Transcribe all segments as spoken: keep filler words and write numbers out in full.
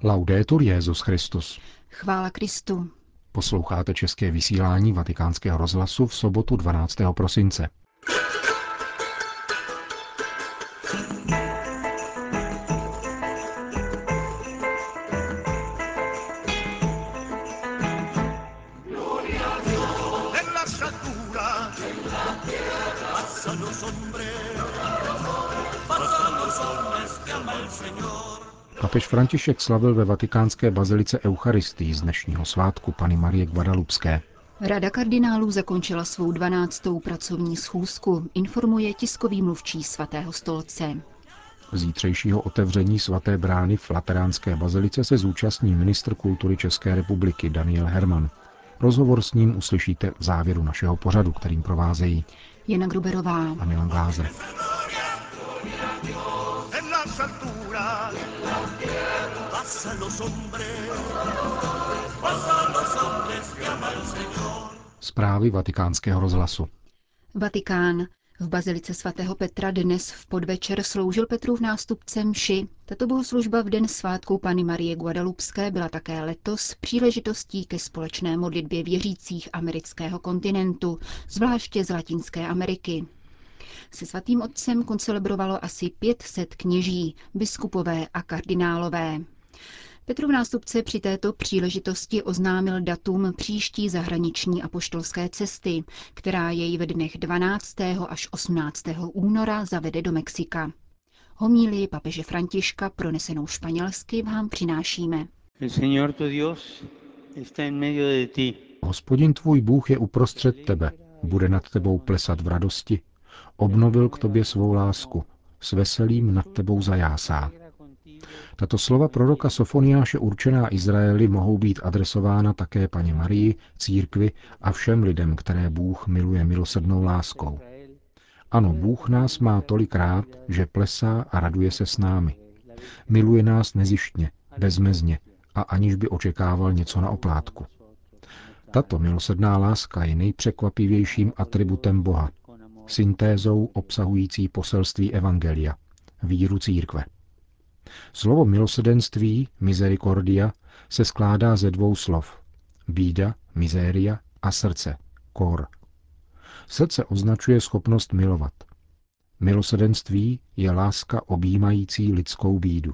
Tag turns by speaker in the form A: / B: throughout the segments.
A: Laudetur Jesus Christus.
B: Chvála Kristu.
A: Posloucháte české vysílání Vatikánského rozhlasu v sobotu dvanáctého prosince. Papež František slavil ve vatikánské bazilice Eucharistii z dnešního svátku Panny Marie Guadalupské.
B: Rada kardinálů zakončila svou dvanáctou pracovní schůzku, informuje tiskový mluvčí svatého stolce.
A: Zítřejšího otevření svaté brány v Lateránské bazilice se zúčastní ministr kultury České republiky Daniel Herman. Rozhovor s ním uslyšíte v závěru našeho pořadu, kterým provázejí
B: Jana Gruberová
A: a Milan Glázer. Zprávy vatikánského rozhlasu.
B: Vatikán. V bazilice svatého Petra dnes v podvečer sloužil Petrův nástupce mši. Tato bohoslužba v den svátku Panny Marie Guadalupské byla také letos příležitostí ke společné modlitbě věřících amerického kontinentu, zvláště z Latinské Ameriky. Se svatým otcem koncelebrovalo asi pět set kněží, biskupové a kardinálové. Petrův nástupce při této příležitosti oznámil datum příští zahraniční apoštolské cesty, která jej ve dnech dvanáctého až osmnáctého února zavede do Mexika. Homílii papeže Františka pronesenou španělsky vám přinášíme.
A: Hospodin tvůj Bůh je uprostřed tebe, bude nad tebou plesat v radosti, obnovil k tobě svou lásku, s veselím nad tebou zajásá. Tato slova proroka Sofoniáše určená Izraeli mohou být adresována také Panně Marii, církvi a všem lidem, které Bůh miluje milosrdnou láskou. Ano, Bůh nás má tolik rád, že plesá a raduje se s námi. Miluje nás nezištně, bezmezně a aniž by očekával něco na oplátku. Tato milosrdná láska je nejpřekvapivějším atributem Boha, syntézou obsahující poselství evangelia, víru církve. Slovo milosrdenství, misericordia, se skládá ze dvou slov. Bída, miséria a srdce, cor. Srdce označuje schopnost milovat. Milosrdenství je láska objímající lidskou bídu.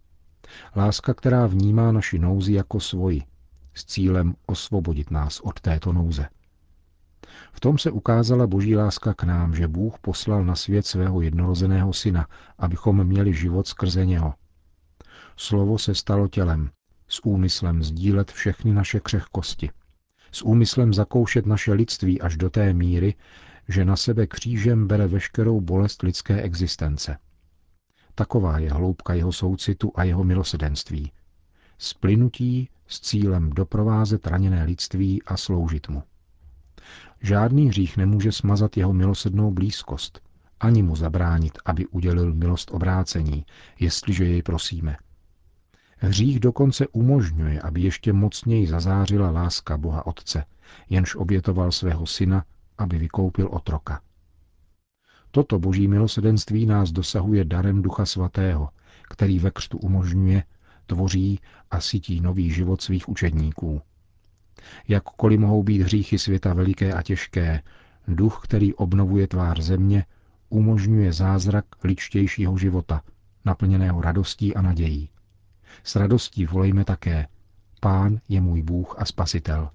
A: Láska, která vnímá naši nouzi jako svoji, s cílem osvobodit nás od této nouze. V tom se ukázala boží láska k nám, že Bůh poslal na svět svého jednorozeného syna, abychom měli život skrze něho. Slovo se stalo tělem, s úmyslem sdílet všechny naše křehkosti, s úmyslem zakoušet naše lidství až do té míry, že na sebe křížem bere veškerou bolest lidské existence. Taková je hloubka jeho soucitu a jeho milosrdenství. Splynutí s cílem doprovázet raněné lidství a sloužit mu. Žádný hřích nemůže smazat jeho milosrdnou blízkost, ani mu zabránit, aby udělil milost obrácení, jestliže jej prosíme. Hřích dokonce umožňuje, aby ještě mocněji zazářila láska Boha Otce, jenž obětoval svého syna, aby vykoupil otroka. Toto boží milosrdenství nás dosahuje darem Ducha Svatého, který ve křtu umožňuje, tvoří a sytí nový život svých učedníků. Jakkoliv mohou být hříchy světa veliké a těžké, duch, který obnovuje tvář země, umožňuje zázrak lidštějšího života, naplněného radostí a nadějí. S radostí volejme také: Pán je můj Bůh a Spasitel.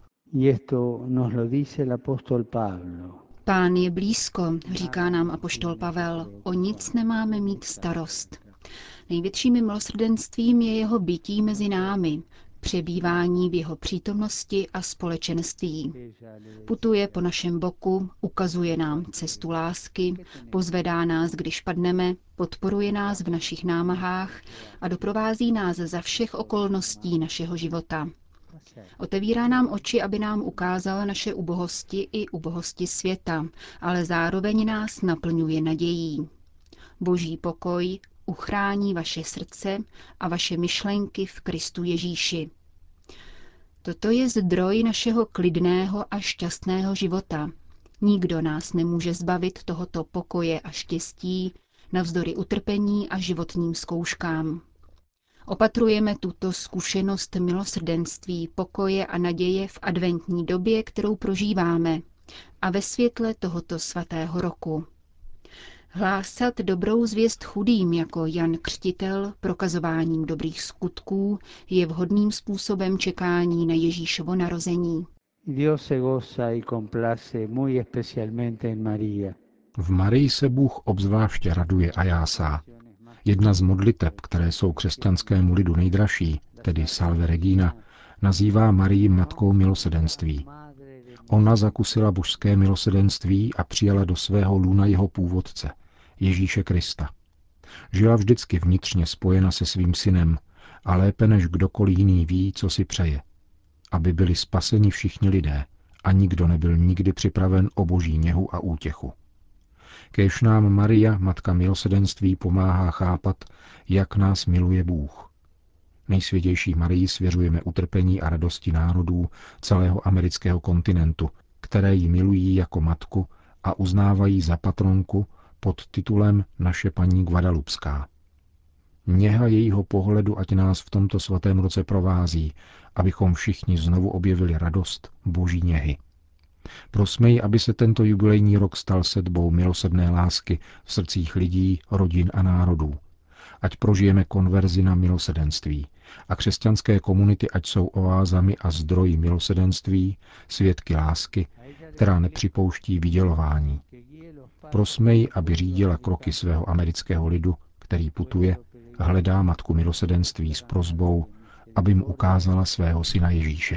B: Pán je blízko, říká nám apoštol Pavel, o nic nemáme mít starost. Největším milosrdenstvím je jeho bytí mezi námi, přebývání v jeho přítomnosti a společenství. Putuje po našem boku, ukazuje nám cestu lásky, pozvedá nás, když padneme, podporuje nás v našich námahách a doprovází nás za všech okolností našeho života. Otevírá nám oči, aby nám ukázal naše ubohosti i ubohosti světa, ale zároveň nás naplňuje nadějí. Boží pokoj uchrání vaše srdce a vaše myšlenky v Kristu Ježíši. Toto je zdroj našeho klidného a šťastného života. Nikdo nás nemůže zbavit tohoto pokoje a štěstí, navzdory utrpení a životním zkouškám. Opatrujeme tuto zkušenost milosrdenství, pokoje a naděje v adventní době, kterou prožíváme, a ve světle tohoto svatého roku. Hlásat dobrou zvěst chudým jako Jan Křtitel prokazováním dobrých skutků je vhodným způsobem čekání na Ježíšovo narození.
A: V Marii se Bůh obzvláště raduje a jásá. Jedna z modliteb, které jsou křesťanskému lidu nejdražší, tedy Salve Regina, nazývá Marii matkou milosedenství. Ona zakusila božské milosedenství a přijala do svého lůna jeho původce, Ježíše Krista. Žila vždycky vnitřně spojena se svým synem a lépe než kdokoliv jiný ví, co si přeje. Aby byli spaseni všichni lidé a nikdo nebyl nikdy připraven o boží něhu a útěchu. Kéž nám Maria, matka milosedenství, pomáhá chápat, jak nás miluje Bůh. Nejsvětější Marii svěřujeme utrpení a radosti národů celého amerického kontinentu, které ji milují jako matku a uznávají za patronku pod titulem Naše paní Guadalupská. Něha jejího pohledu ať nás v tomto svatém roce provází, abychom všichni znovu objevili radost boží něhy. Prosme ji, aby se tento jubilejní rok stal setbou milosrdné lásky v srdcích lidí, rodin a národů. Ať prožijeme konverzi na milosrdenství a křesťanské komunity ať jsou oázami a zdroji milosrdenství, svědky lásky, která nepřipouští vydělování. Prosme ji, aby řídila kroky svého amerického lidu, který putuje, hledá matku milosrdenství s prosbou, aby mu ukázala svého syna Ježíše.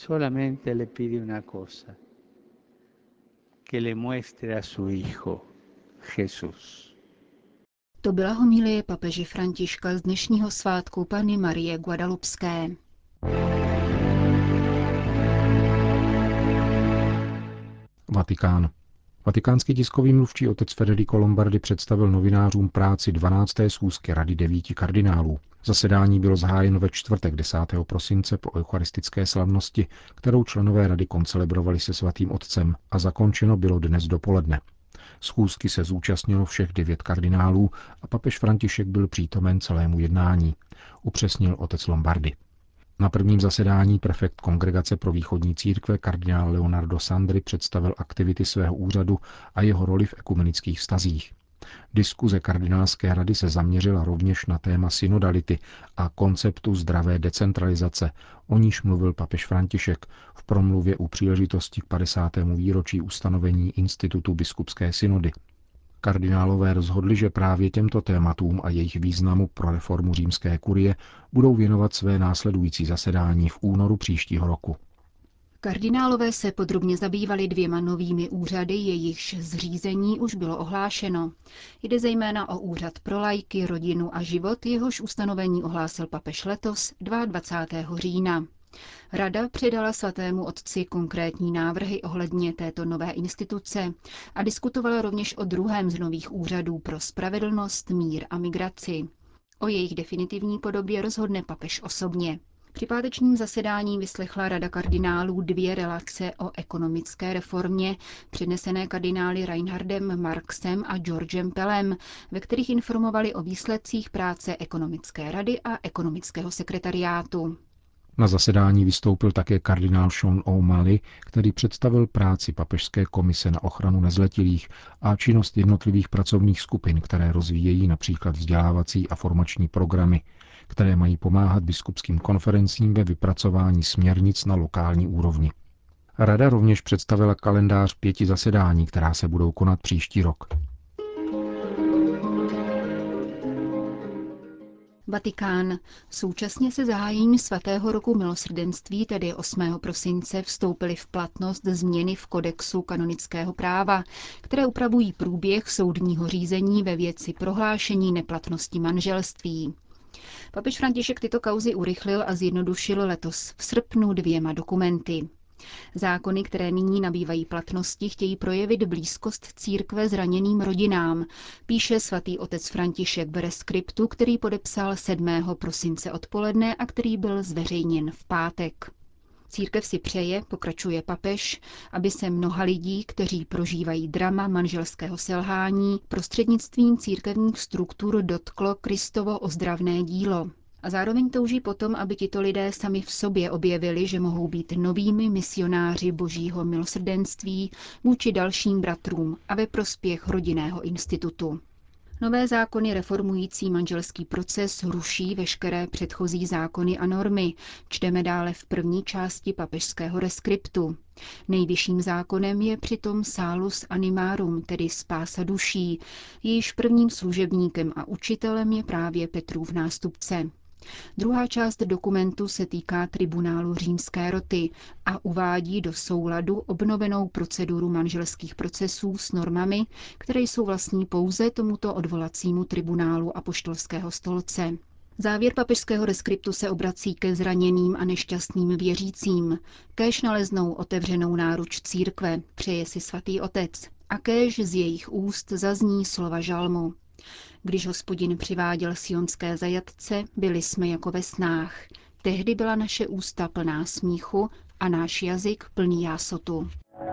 B: To byla homilie papeže Františka z dnešního svátku Panny Marie Guadalupské.
A: Vatikán. Vatikánský tiskový mluvčí otec Federico Lombardi představil novinářům práci dvanácté schůzky Rady devíti kardinálů. Zasedání bylo zahájeno ve čtvrtek desátého prosince po eucharistické slavnosti, kterou členové rady koncelebrovali se svatým otcem, a zakončeno bylo dnes dopoledne. Schůzky se zúčastnilo všech devět kardinálů a papež František byl přítomen celému jednání, upřesnil otec Lombardi. Na prvním zasedání prefekt Kongregace pro východní církve kardinál Leonardo Sandri představil aktivity svého úřadu a jeho roli v ekumenických vztazích. Diskuze kardinálské rady se zaměřila rovněž na téma synodality a konceptu zdravé decentralizace, o níž mluvil papež František v promluvě u příležitosti k padesátému výročí ustanovení Institutu biskupské synody. Kardinálové rozhodli, že právě těmto tématům a jejich významu pro reformu římské kurie budou věnovat své následující zasedání v únoru příštího roku.
B: Kardinálové se podrobně zabývali dvěma novými úřady, jejichž zřízení už bylo ohlášeno. Jde zejména o úřad pro laiky, rodinu a život, jehož ustanovení ohlásil papež letos dvacátého druhého října. Rada předala svatému otci konkrétní návrhy ohledně této nové instituce a diskutovala rovněž o druhém z nových úřadů pro spravedlnost, mír a migraci. O jejich definitivní podobě rozhodne papež osobně. Při pátečním zasedání vyslechla Rada kardinálů dvě relace o ekonomické reformě, přednesené kardinály Reinhardem Marxem a Georgem Pellem, ve kterých informovali o výsledcích práce ekonomické rady a ekonomického sekretariátu.
A: Na zasedání vystoupil také kardinál Sean O'Malley, který představil práci papežské komise na ochranu nezletilých a činnost jednotlivých pracovních skupin, které rozvíjejí například vzdělávací a formační programy, které mají pomáhat biskupským konferencím ve vypracování směrnic na lokální úrovni. Rada rovněž představila kalendář pěti zasedání, která se budou konat příští rok.
B: Vatikán. Současně se zahájením svatého roku milosrdenství, tedy osmého prosince, vstoupily v platnost změny v kodexu kanonického práva, které upravují průběh soudního řízení ve věci prohlášení neplatnosti manželství. Papež František tyto kauzy urychlil a zjednodušil letos v srpnu dvěma dokumenty. Zákony, které nyní nabývají platnosti, chtějí projevit blízkost církve zraněným rodinám, píše svatý otec František v reskriptu, který podepsal sedmého prosince odpoledne a který byl zveřejněn v pátek. Církev si přeje, pokračuje papež, aby se mnoha lidí, kteří prožívají drama manželského selhání, prostřednictvím církevních struktur dotklo Kristovo ozdravné dílo. A zároveň touží potom, aby tito lidé sami v sobě objevili, že mohou být novými misionáři božího milosrdenství vůči dalším bratrům a ve prospěch rodinného institutu. Nové zákony reformující manželský proces ruší veškeré předchozí zákony a normy, čteme dále v první části papežského reskriptu. Nejvyšším zákonem je přitom salus animarum, tedy spása duší, jejíž prvním služebníkem a učitelem je právě Petrův nástupce. Druhá část dokumentu se týká tribunálu římské roty a uvádí do souladu obnovenou proceduru manželských procesů s normami, které jsou vlastní pouze tomuto odvolacímu tribunálu apoštolského stolce. Závěr papežského reskriptu se obrací ke zraněným a nešťastným věřícím. Kéž naleznou otevřenou náruč církve, přeje si svatý otec, a kéž z jejich úst zazní slova žalmu. Když Hospodin přiváděl sionské zajatce, byli jsme jako ve snách. Tehdy byla naše ústa plná smíchu a náš jazyk plný jásotu.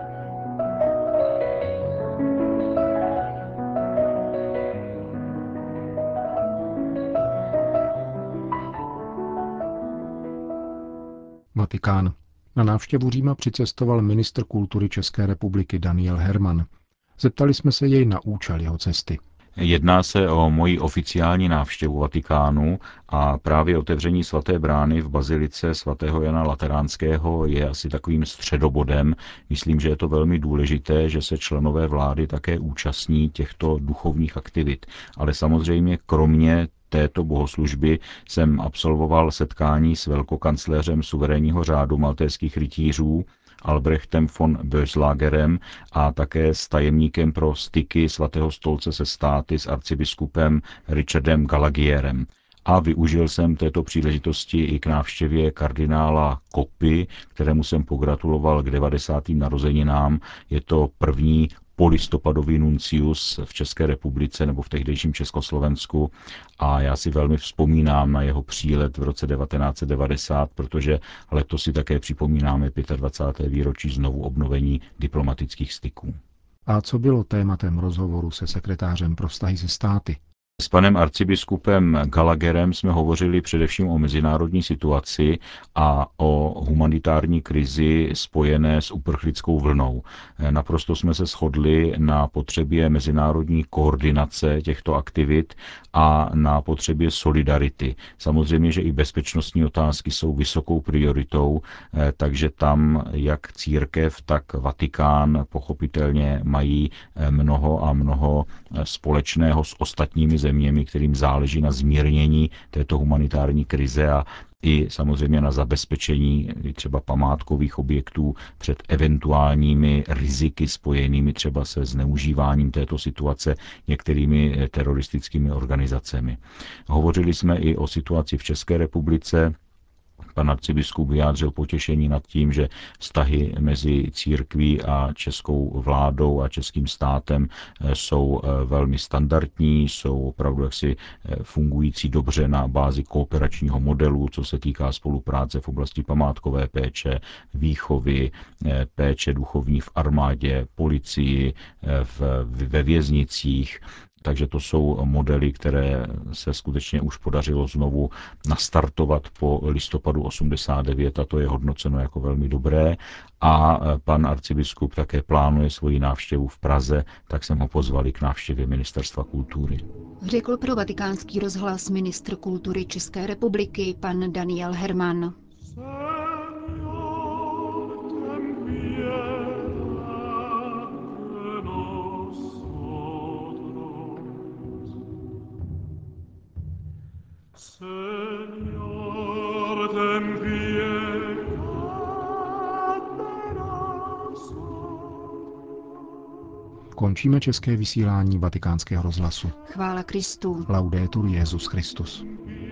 A: Vatikán. Na návštěvu Říma přicestoval ministr kultury České republiky Daniel Herman. Zeptali jsme se jej na účel jeho cesty.
C: Jedná se o moji oficiální návštěvu Vatikánu a právě otevření svaté brány v bazilice svatého Jana Lateránského je asi takovým středobodem. Myslím, že je to velmi důležité, že se členové vlády také účastní těchto duchovních aktivit. Ale samozřejmě kromě této bohoslužby jsem absolvoval setkání s velkokancléřem suverénního řádu maltéských rytířů Albrechtem von Böslagerem a také s tajemníkem pro styky svatého stolce se státy s arcibiskupem Richardem Gallaghierem. A využil jsem této příležitosti i k návštěvě kardinála Kopy, kterému jsem pogratuloval k devadesátým narozeninám. Je to první polistopadový nuncius v České republice nebo v tehdejším Československu a já si velmi vzpomínám na jeho přílet v roce devatenáct set devadesát, protože letos si také připomínáme dvacáté páté výročí znovu obnovení diplomatických styků.
A: A co bylo tématem rozhovoru se sekretářem pro vztahy se státy?
C: S panem arcibiskupem Gallagherem jsme hovořili především o mezinárodní situaci a o humanitární krizi spojené s uprchlickou vlnou. Naprosto jsme se shodli na potřebě mezinárodní koordinace těchto aktivit a na potřebě solidarity. Samozřejmě, že i bezpečnostní otázky jsou vysokou prioritou, takže tam jak církev, tak Vatikán pochopitelně mají mnoho a mnoho společného s ostatními zeměmi, kterým záleží na zmírnění této humanitární krize a i samozřejmě na zabezpečení třeba památkových objektů před eventuálními riziky spojenými třeba se zneužíváním této situace některými teroristickými organizacemi. Hovořili jsme i o situaci v České republice. Pan arcibiskup vyjádřil potěšení nad tím, že vztahy mezi církví a českou vládou a českým státem jsou velmi standardní, jsou opravdu jaksi fungující dobře na bázi kooperačního modelu, co se týká spolupráce v oblasti památkové péče, výchovy, péče duchovní v armádě, policii, v, ve věznicích. Takže to jsou modely, které se skutečně už podařilo znovu nastartovat po listopadu osmdesát devět a to je hodnoceno jako velmi dobré. A pan arcibiskup také plánuje svoji návštěvu v Praze, tak jsem ho pozvali k návštěvě Ministerstva kultury.
B: Řekl pro Vatikánský rozhlas ministr kultury České republiky pan Daniel Herman.
A: Končíme české vysílání Vatikánského rozhlasu.
B: Chvála Kristu.
A: Laudetur Jesus Christus.